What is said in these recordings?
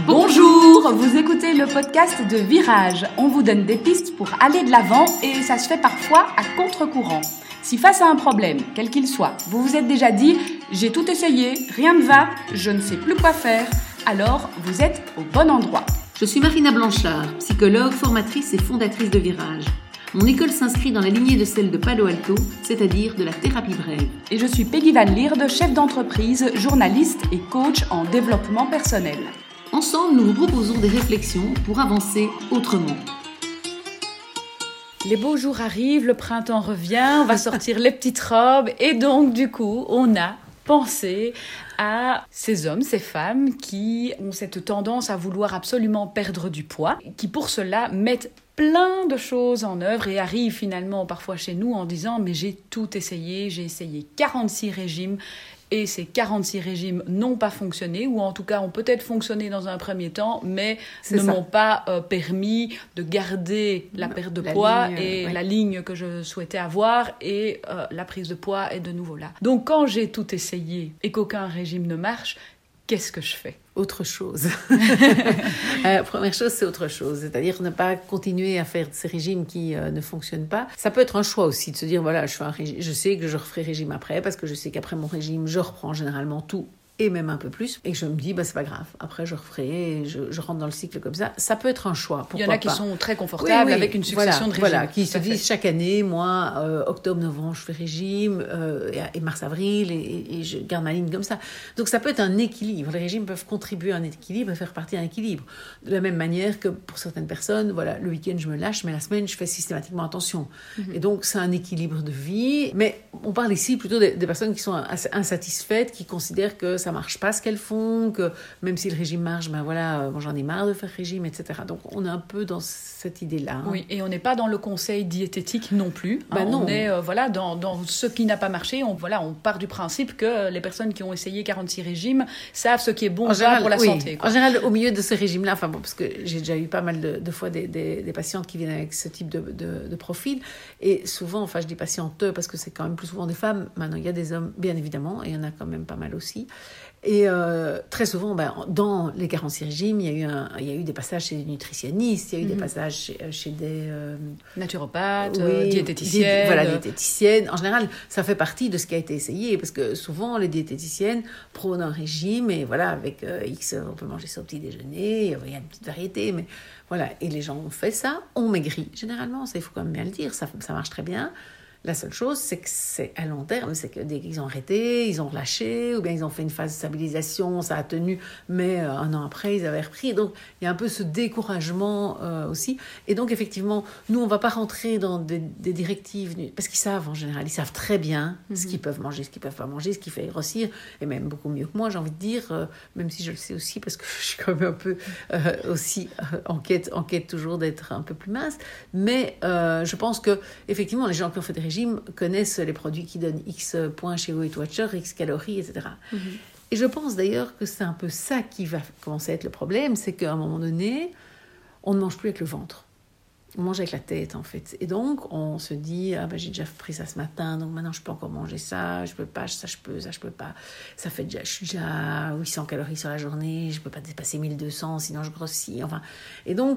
Bonjour, vous écoutez le podcast de Virage. On vous donne des pistes pour aller de l'avant et ça se fait parfois à contre-courant. Si face à un problème, quel qu'il soit, vous vous êtes déjà dit « j'ai tout essayé, rien ne va, je ne sais plus quoi faire », alors vous êtes au bon endroit. Je suis Marina Blanchard, psychologue, formatrice et fondatrice de Virage. Mon école s'inscrit dans la lignée de celle de Palo Alto, c'est-à-dire de la thérapie brève. Et je suis Peggy Van Lierde, chef d'entreprise, journaliste et coach en développement personnel. Ensemble, nous vous proposons des réflexions pour avancer autrement. Les beaux jours arrivent, le printemps revient, on va sortir les petites robes et donc du coup, on a pensé à ces hommes, ces femmes qui ont cette tendance à vouloir absolument perdre du poids, qui pour cela mettent plein de choses en œuvre et arrivent finalement parfois chez nous en disant « mais j'ai tout essayé, j'ai essayé 46 régimes ». Et ces 46 régimes n'ont pas fonctionné, ou en tout cas ont peut-être fonctionné dans un premier temps, mais m'ont pas permis de garder la perte de poids et la ligne que je souhaitais avoir, et la prise de poids est de nouveau là. Donc quand j'ai tout essayé et qu'aucun régime ne marche, qu'est-ce que je fais ? Autre chose. Première chose, c'est autre chose. C'est-à-dire ne pas continuer à faire ces régimes qui ne fonctionnent pas. Ça peut être un choix aussi de se dire, voilà, je fais un régime, je sais que je referai régime après, parce que je sais qu'après mon régime, je reprends généralement tout et même un peu plus, et que je me dis, c'est pas grave, après je referai, et je rentre dans le cycle comme ça. Ça peut être un choix, pourquoi pas. Il y en a qui sont très confortables avec une succession de régimes. Voilà, qui se disent chaque année, moi, octobre, novembre, je fais régime, et mars, avril, et je garde ma ligne comme ça. Donc ça peut être un équilibre. Les régimes peuvent contribuer à un équilibre et faire partie d'un équilibre. De la même manière que pour certaines personnes, voilà, le week-end je me lâche, mais la semaine je fais systématiquement attention. Et donc c'est un équilibre de vie. Mais on parle ici plutôt des personnes qui sont insatisfaites, qui considèrent que ça marche pas ce qu'elles font, que même si le régime marche, moi j'en ai marre de faire régime, etc. Donc on est un peu dans cette idée-là. Oui, et on n'est pas dans le conseil diététique non plus. Non. On est dans ce qui n'a pas marché. On part du principe que les personnes qui ont essayé 46 régimes savent ce qui est bon pour la santé. En général, au milieu de ces régimes-là, parce que j'ai déjà eu pas mal de fois des patientes qui viennent avec ce type de profil, et souvent, je dis patientes parce que c'est quand même plus souvent des femmes. Maintenant, il y a des hommes, bien évidemment, et il y en a quand même pas mal aussi. Et très souvent, dans les 46 régimes, il y a eu des passages chez des nutritionnistes, il y a eu des passages chez des naturopathes, diététiciennes. Diététiciennes. En général, ça fait partie de ce qui a été essayé, parce que souvent, les diététiciennes prônent un régime, et voilà, avec X, on peut manger ça au petit déjeuner, il y a une petite variété, mais voilà. Et les gens ont fait ça, ont maigri. Généralement, ça, il faut quand même bien le dire, ça marche très bien. La seule chose, c'est que c'est à long terme, c'est que dès qu'ils ont arrêté, ils ont relâché, ou bien ils ont fait une phase de stabilisation, ça a tenu, mais un an après, ils avaient repris. Donc, il y a un peu ce découragement aussi. Et donc, effectivement, nous, on ne va pas rentrer dans des directives, parce qu'ils savent, en général, ils savent très bien ce qu'ils peuvent manger, ce qu'ils ne peuvent pas manger, ce qui fait grossir, et même beaucoup mieux que moi, j'ai envie de dire, même si je le sais aussi, parce que je suis quand même un peu aussi en quête toujours d'être un peu plus mince. Mais je pense que, effectivement, les gens qui ont fait des régimes connaissent les produits qui donnent X points chez Weight Watcher, X calories, etc. Et je pense d'ailleurs que c'est un peu ça qui va commencer à être le problème, c'est qu'à un moment donné, on ne mange plus avec le ventre. On mange avec la tête, en fait. Et donc, on se dit, j'ai déjà pris ça ce matin, donc maintenant, je peux encore manger ça, je peux pas, ça, je peux pas. Je suis déjà à 800 calories sur la journée, je peux pas dépasser 1200, sinon je grossis. Enfin, et donc,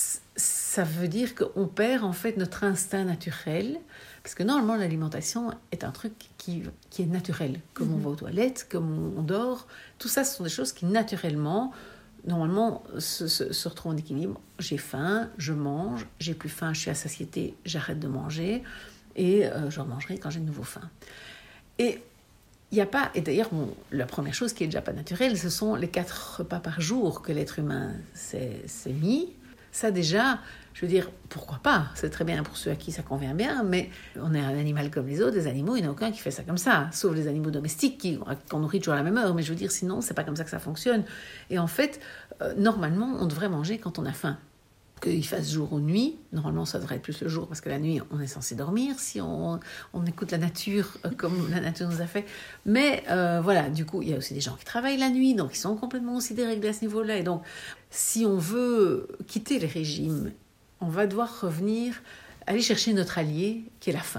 ça veut dire qu'on perd, en fait, notre instinct naturel. Parce que normalement, l'alimentation est un truc qui est naturel. Comme on va aux toilettes, comme on dort. Tout ça, ce sont des choses qui, naturellement, normalement, se retrouvent en équilibre. J'ai faim, je mange. J'ai plus faim, je suis à satiété, j'arrête de manger. Et je remangerai quand j'ai de nouveau faim. Et il n'y a pas... Et d'ailleurs, la première chose qui est déjà pas naturelle, ce sont les 4 repas par jour que l'être humain s'est mis. Ça, déjà... Je veux dire, pourquoi pas ? C'est très bien pour ceux à qui ça convient bien, mais on est un animal comme les autres, des animaux, il n'y en a aucun qui fait ça comme ça, sauf les animaux domestiques qu'on nourrit toujours à la même heure. Mais je veux dire, sinon, c'est pas comme ça que ça fonctionne. Et en fait, normalement, on devrait manger quand on a faim. Qu'il fasse jour ou nuit, normalement, ça devrait être plus le jour, parce que la nuit, on est censé dormir, si on écoute la nature comme la nature nous a fait. Mais voilà, du coup, il y a aussi des gens qui travaillent la nuit, donc ils sont complètement aussi déréglés à ce niveau-là. Et donc, si on veut quitter les régimes, on va devoir aller chercher notre allié, qui est la faim.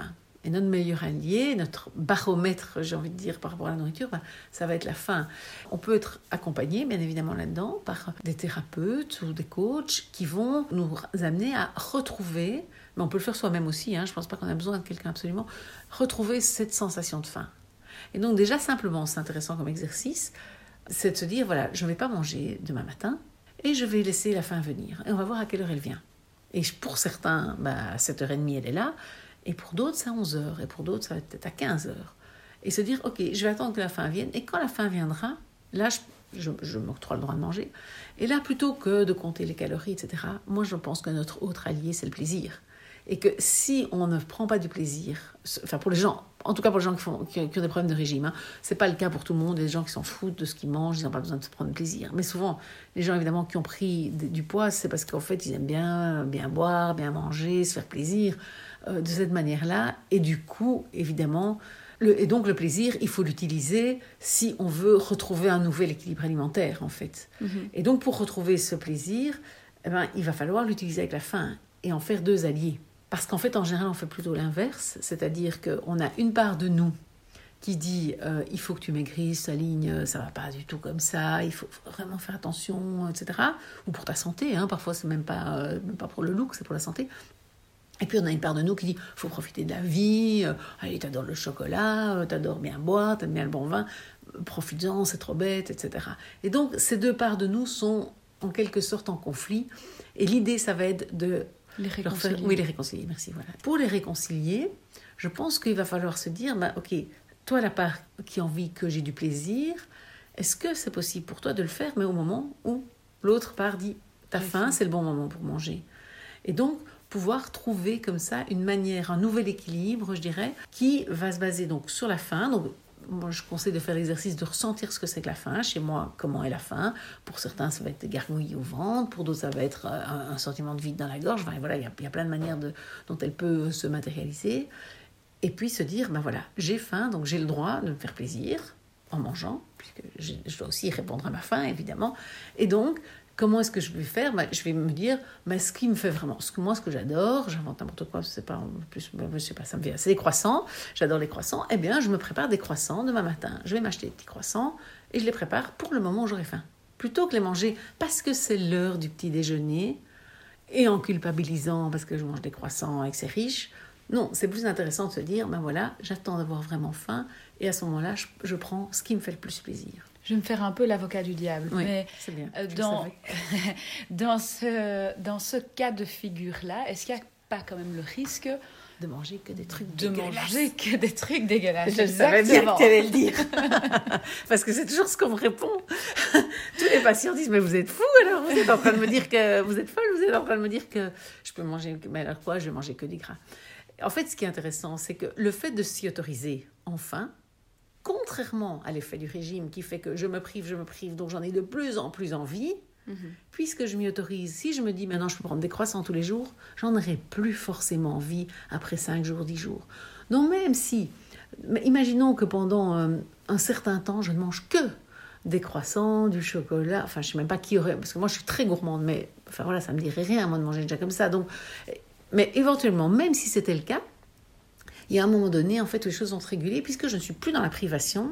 Et notre meilleur allié, notre baromètre, j'ai envie de dire, par rapport à la nourriture, ça va être la faim. On peut être accompagné, bien évidemment, là-dedans, par des thérapeutes ou des coachs qui vont nous amener à retrouver, mais on peut le faire soi-même aussi, je ne pense pas qu'on a besoin de quelqu'un absolument, retrouver cette sensation de faim. Et donc déjà, simplement, c'est intéressant comme exercice, c'est de se dire, voilà, je ne vais pas manger demain matin et je vais laisser la faim venir. Et on va voir à quelle heure elle vient. Et pour certains, à 7h30, elle est là. Et pour d'autres, c'est à 11h. Et pour d'autres, ça va être à 15h. Et se dire, ok, je vais attendre que la faim vienne. Et quand la faim viendra, là, je m'octroie le droit de manger. Et là, plutôt que de compter les calories, etc., moi, je pense que notre autre allié, c'est le plaisir. Et que si on ne prend pas du plaisir, enfin pour les gens, en tout cas pour les gens qui ont des problèmes de régime, c'est pas le cas pour tout le monde, les gens qui s'en foutent de ce qu'ils mangent, ils n'ont pas besoin de se prendre du plaisir. Mais souvent, les gens évidemment qui ont pris du poids, c'est parce qu'en fait ils aiment bien boire, bien manger, se faire plaisir de cette manière-là. Et du coup, évidemment, et donc le plaisir, il faut l'utiliser si on veut retrouver un nouvel équilibre alimentaire en fait. Et donc pour retrouver ce plaisir, il va falloir l'utiliser avec la faim et en faire deux alliés. Parce qu'en fait, en général, on fait plutôt l'inverse, c'est-à-dire qu'on a une part de nous qui dit il faut que tu maigrisses, Aline, ça va pas du tout comme ça, il faut vraiment faire attention, etc. Ou pour ta santé, parfois c'est même pas pour le look, c'est pour la santé. Et puis on a une part de nous qui dit faut profiter de la vie, allez, t'adores le chocolat, t'adores bien boire, t'aimes bien le bon vin, profites-en, c'est trop bête, etc. Et donc ces deux parts de nous sont en quelque sorte en conflit, et l'idée ça va être de les réconcilier. Oui, les réconcilier, merci. Voilà. Pour les réconcilier, je pense qu'il va falloir se dire, ok, toi la part qui a envie que j'ai du plaisir, est-ce que c'est possible pour toi de le faire, mais au moment où l'autre part dit, t'as faim, c'est le bon moment pour manger. Et donc, pouvoir trouver comme ça une manière, un nouvel équilibre, je dirais, qui va se baser donc sur la faim. Donc, moi, je conseille de faire l'exercice de ressentir ce que c'est que la faim. Chez moi, comment est la faim? Pour certains, ça va être des gargouillis au ventre. Pour d'autres, ça va être un sentiment de vide dans la gorge. Enfin, voilà, il y a plein de manières dont elle peut se matérialiser. Et puis se dire, voilà, j'ai faim, donc j'ai le droit de me faire plaisir en mangeant, puisque je dois aussi répondre à ma faim, évidemment. Et donc, comment est-ce que je vais faire? Je vais me dire, ce qui me fait vraiment, ce que j'adore, j'invente n'importe quoi, c'est pas, en plus, je sais pas, ça me vient, c'est des croissants, j'adore les croissants, eh bien, je me prépare des croissants demain matin. Je vais m'acheter des petits croissants et je les prépare pour le moment où j'aurai faim. Plutôt que les manger parce que c'est l'heure du petit déjeuner et en culpabilisant parce que je mange des croissants et que c'est riche. Non, c'est plus intéressant de se dire, voilà, j'attends d'avoir vraiment faim et à ce moment-là, je prends ce qui me fait le plus plaisir. Je vais me faire un peu l'avocat du diable, oui, mais c'est bien. dans ce cas de figure-là, est-ce qu'il n'y a pas quand même le risque de manger que des trucs dégueulasses? Manger que des trucs dégueulasses. Je savais bien que tu allais le dire. Parce que c'est toujours ce qu'on me répond. Tous les patients disent, mais vous êtes fou alors, vous êtes en train de me dire que vous êtes folle, vous êtes en train de me dire que je peux manger, mais alors quoi, je vais manger que du gras. En fait, ce qui est intéressant, c'est que le fait de s'y autoriser enfin, contrairement à l'effet du régime qui fait que je me prive, donc j'en ai de plus en plus envie, puisque je m'y autorise, si je me dis maintenant je peux prendre des croissants tous les jours, j'en aurai plus forcément envie après 5 jours, 10 jours. Donc même si, imaginons que pendant un certain temps, je ne mange que des croissants, du chocolat, enfin je ne sais même pas qui aurait, parce que moi je suis très gourmande, mais enfin voilà, ça ne me dirait rien moi de manger déjà comme ça, donc, mais éventuellement, même si c'était le cas, il y a un moment donné, en fait, où les choses vont se réguler, puisque je ne suis plus dans la privation,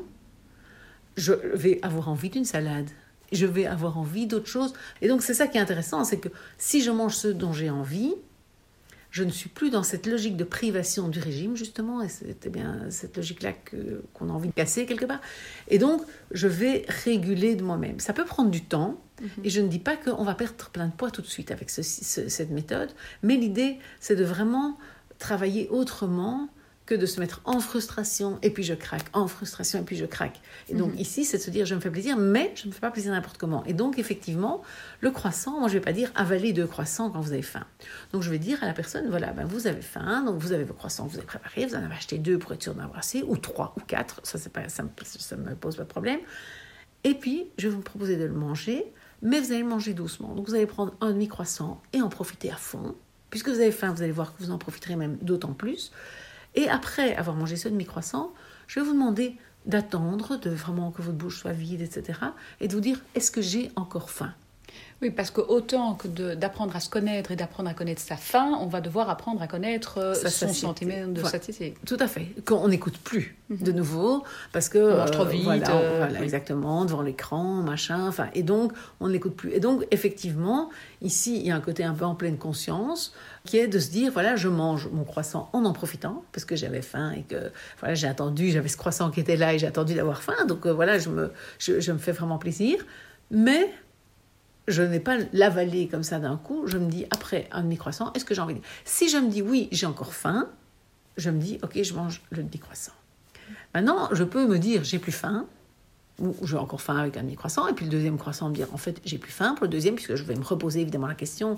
je vais avoir envie d'une salade, je vais avoir envie d'autre chose. Et donc, c'est ça qui est intéressant, c'est que si je mange ce dont j'ai envie, je ne suis plus dans cette logique de privation du régime, justement, et c'était bien cette logique-là qu'on a envie de casser quelque part. Et donc, je vais réguler de moi-même. Ça peut prendre du temps, et je ne dis pas qu'on va perdre plein de poids tout de suite avec cette méthode, mais l'idée, c'est de vraiment travailler autrement que de se mettre en frustration, et puis je craque, en frustration, et puis je craque. Et donc ici, c'est de se dire, je me fais plaisir, mais je ne me fais pas plaisir n'importe comment. Et donc, effectivement, le croissant, moi, je ne vais pas dire avaler 2 croissants quand vous avez faim. Donc, je vais dire à la personne, voilà, vous avez faim, donc vous avez vos croissants que vous avez préparés, vous en avez acheté 2 pour être sûr d'en avoir assez, ou 3, ou 4, ça ne me pose pas de problème. Et puis, je vais vous proposer de le manger, mais vous allez le manger doucement. Donc, vous allez prendre un demi-croissant et en profiter à fond. Puisque vous avez faim, vous allez voir que vous en profiterez même d'autant plus. Et après avoir mangé ce demi-croissant, je vais vous demander d'attendre, de vraiment que votre bouche soit vide, etc. Et de vous dire, est-ce que j'ai encore faim? Oui, parce que autant que d'apprendre à se connaître et d'apprendre à connaître sa faim, on va devoir apprendre à connaître son sentiment de satiété. Tout à fait. Qu'on n'écoute plus de nouveau, parce que... On mange trop vite. Voilà, exactement, devant l'écran, machin, enfin, et donc, on ne l'écoute plus. Et donc, effectivement, ici, il y a un côté un peu en pleine conscience, qui est de se dire, voilà, je mange mon croissant en profitant, parce que j'avais faim et que, voilà, j'avais ce croissant qui était là et j'ai attendu d'avoir faim, donc voilà, je me fais vraiment plaisir, mais... je n'ai pas l'avaler comme ça d'un coup. Je me dis, après un demi-croissant, est-ce que j'ai envie de... Si je me dis, oui, j'ai encore faim, je me dis, ok, je mange le demi-croissant. Maintenant, je peux me dire, j'ai plus faim, ou j'ai encore faim avec un demi-croissant, et puis le deuxième croissant, me dire, en fait, j'ai plus faim pour le deuxième, puisque je vais me reposer évidemment la question.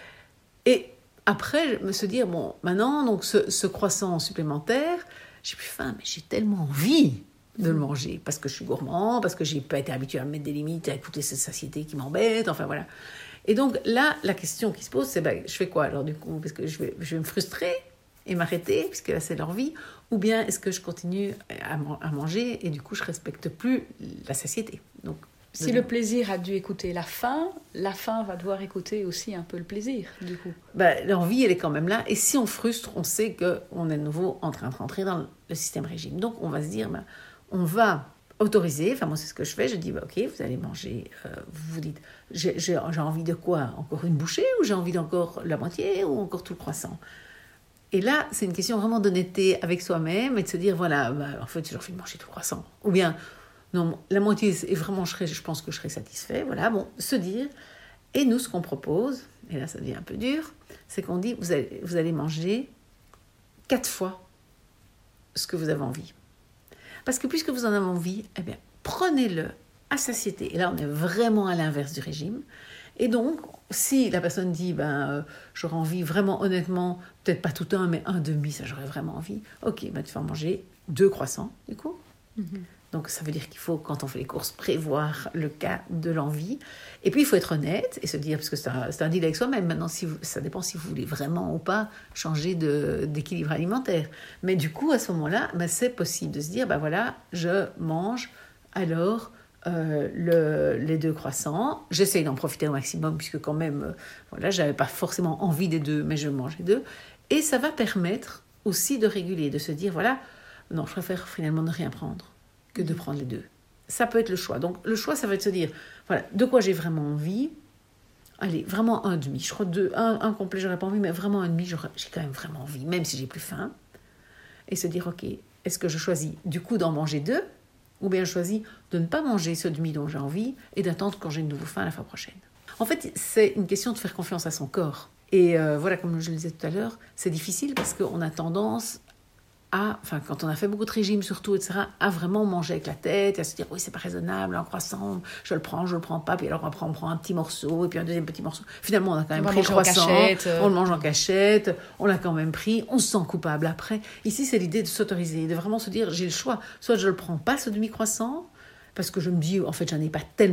Et après, me se dire, bon, maintenant, donc ce croissant supplémentaire, j'ai plus faim, mais j'ai tellement envie de le manger, parce que je suis gourmand, parce que j'ai pas été habituée à me mettre des limites, à écouter cette satiété qui m'embête, enfin voilà. Et donc là, la question qui se pose, c'est je fais quoi alors du coup? Parce que je vais me frustrer et m'arrêter, puisque là c'est leur vie, ou bien est-ce que je continue à manger et du coup je respecte plus la satiété? Donc, si le plaisir a dû écouter la faim va devoir écouter aussi un peu le plaisir, du coup. L'envie, elle est quand même là. Et si on frustre, on sait qu'on est de nouveau en train de rentrer dans le système régime. Donc on va se dire... on va autoriser, enfin moi c'est ce que je fais, je dis ok, vous allez manger, vous vous dites, j'ai envie de quoi? Encore une bouchée, ou j'ai envie d'encore la moitié, ou encore tout le croissant? Et là, c'est une question vraiment d'honnêteté avec soi-même, et de se dire, voilà, en fait, j'ai envie de manger tout le croissant. Ou bien, non, la moitié, et vraiment, je pense que je serai satisfait, voilà, bon, se dire, et nous, ce qu'on propose, et là ça devient un peu dur, c'est qu'on dit, vous allez manger 4 fois ce que vous avez envie. Parce que puisque vous en avez envie, eh bien, prenez-le à satiété. Et là, on est vraiment à l'inverse du régime. Et donc, si la personne dit, j'aurais envie vraiment honnêtement, peut-être pas tout un, mais un demi, ça j'aurais vraiment envie. Ok, tu vas manger 2 croissants, du coup. Donc, ça veut dire qu'il faut, quand on fait les courses, prévoir le cas de l'envie. Et puis, il faut être honnête et se dire, parce que c'est un deal avec soi-même. Maintenant, ça dépend si vous voulez vraiment ou pas changer d'équilibre alimentaire. Mais du coup, à ce moment-là, c'est possible de se dire, voilà, je mange alors les 2 croissants. J'essaye d'en profiter au maximum, puisque quand même, voilà, j'avais pas forcément envie des 2, mais je mange les 2. Et ça va permettre aussi de réguler, de se dire, voilà, non, je préfère finalement ne rien prendre que de prendre les 2. Ça peut être le choix. Donc, le choix, ça va être de se dire, voilà, de quoi j'ai vraiment envie. Allez, vraiment un demi. Je crois un complet, j'aurais pas envie, mais vraiment un demi, j'ai quand même vraiment envie, même si j'ai plus faim. Et se dire, ok, est-ce que je choisis du coup d'en manger 2, ou bien je choisis de ne pas manger ce demi dont j'ai envie et d'attendre quand j'ai une nouvelle faim la fois prochaine. En fait, c'est une question de faire confiance à son corps. Et voilà, comme je le disais tout à l'heure, c'est difficile parce qu'on a tendance quand on a fait beaucoup de régimes surtout, etc., à vraiment manger avec la tête, à se dire, oui, c'est pas raisonnable, un croissant, je le prends pas, puis alors après on prend un petit morceau, et puis un deuxième petit morceau. Finalement, on a quand même pris le croissant, on le mange en cachette, on l'a quand même pris, on se sent coupable après. Ici, c'est l'idée de s'autoriser, de vraiment se dire, j'ai le choix, soit je le prends pas, ce demi-croissant, parce que je me dis, en fait, j'en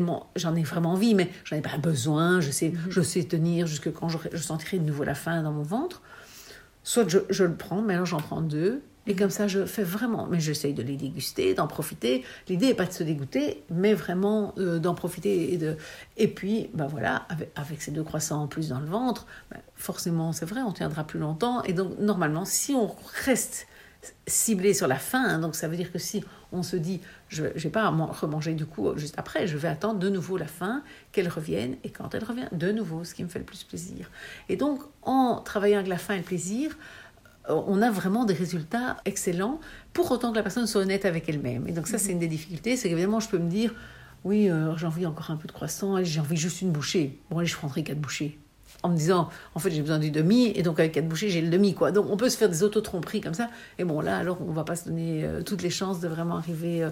ai vraiment envie, mais j'en ai pas besoin, je sais tenir jusque quand je sentirai de nouveau la faim dans mon ventre, soit je le prends, mais alors j'en prends 2, et comme ça, je fais vraiment... Mais j'essaye de les déguster, d'en profiter. L'idée n'est pas de se dégoûter, mais vraiment d'en profiter. Et puis, voilà, avec ces 2 croissants en plus dans le ventre, forcément, c'est vrai, on tiendra plus longtemps. Et donc, normalement, si on reste ciblé sur la faim, donc ça veut dire que si on se dit, je ne vais pas remanger du coup juste après, je vais attendre de nouveau la faim, qu'elle revienne. Et quand elle revient, de nouveau, ce qui me fait le plus plaisir. Et donc, en travaillant avec la faim et le plaisir, on a vraiment des résultats excellents, pour autant que la personne soit honnête avec elle-même. Et donc ça, c'est une des difficultés, c'est qu'évidemment, je peux me dire, oui, j'ai envie encore un peu de croissant, et j'ai envie juste une bouchée. Bon, allez, je prendrai 4 bouchées. En me disant, en fait, j'ai besoin du demi, et donc avec 4 bouchées, j'ai le demi, quoi. Donc on peut se faire des auto-tromperies comme ça. Et bon, là, alors, on ne va pas se donner toutes les chances de vraiment arriver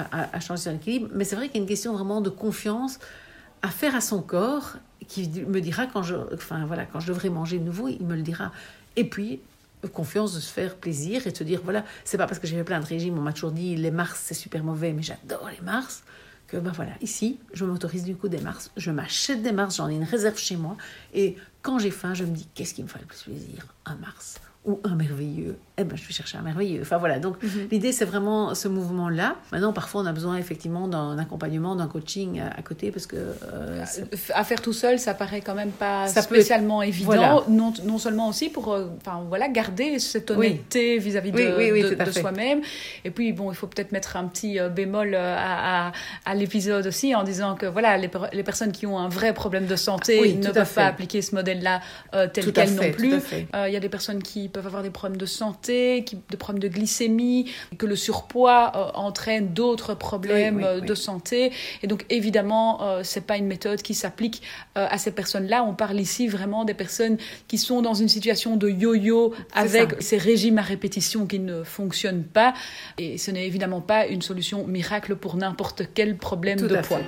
à changer son équilibre. Mais c'est vrai qu'il y a une question vraiment de confiance à faire à son corps, qui me dira quand je devrais manger de nouveau, il me le dira. Et puis, confiance de se faire plaisir et de se dire, voilà, c'est pas parce que j'ai fait plein de régimes, on m'a toujours dit, les Mars, c'est super mauvais, mais j'adore les Mars, que voilà, ici, je m'autorise du coup des Mars, je m'achète des Mars, j'en ai une réserve chez moi, et quand j'ai faim, je me dis, qu'est-ce qui me ferait le plus plaisir? Un Mars ou un merveilleux, je vais chercher un merveilleux. Enfin voilà, donc l'idée c'est vraiment ce mouvement-là. Maintenant, parfois on a besoin effectivement d'un accompagnement, d'un coaching à côté, parce que... à faire tout seul, ça paraît quand même pas spécialement évident, voilà. non seulement aussi pour garder cette honnêteté vis-à-vis de soi-même. Et puis bon, il faut peut-être mettre un petit bémol à l'épisode aussi, en disant que voilà, les personnes qui ont un vrai problème de santé ne peuvent pas appliquer ce modèle-là tel quel non plus. Il y a des personnes qui peuvent avoir des problèmes de santé, des problèmes de glycémie, que le surpoids entraîne d'autres problèmes de santé. Et donc, évidemment, c'est pas une méthode qui s'applique à ces personnes-là. On parle ici vraiment des personnes qui sont dans une situation de yo-yo avec ces régimes à répétition qui ne fonctionnent pas. Et ce n'est évidemment pas une solution miracle pour n'importe quel problème de poids.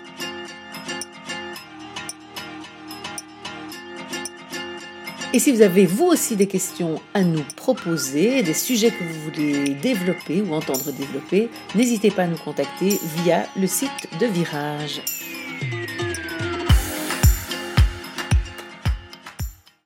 Et si vous avez vous aussi des questions à nous proposer, des sujets que vous voulez développer ou entendre développer, n'hésitez pas à nous contacter via le site de Virage.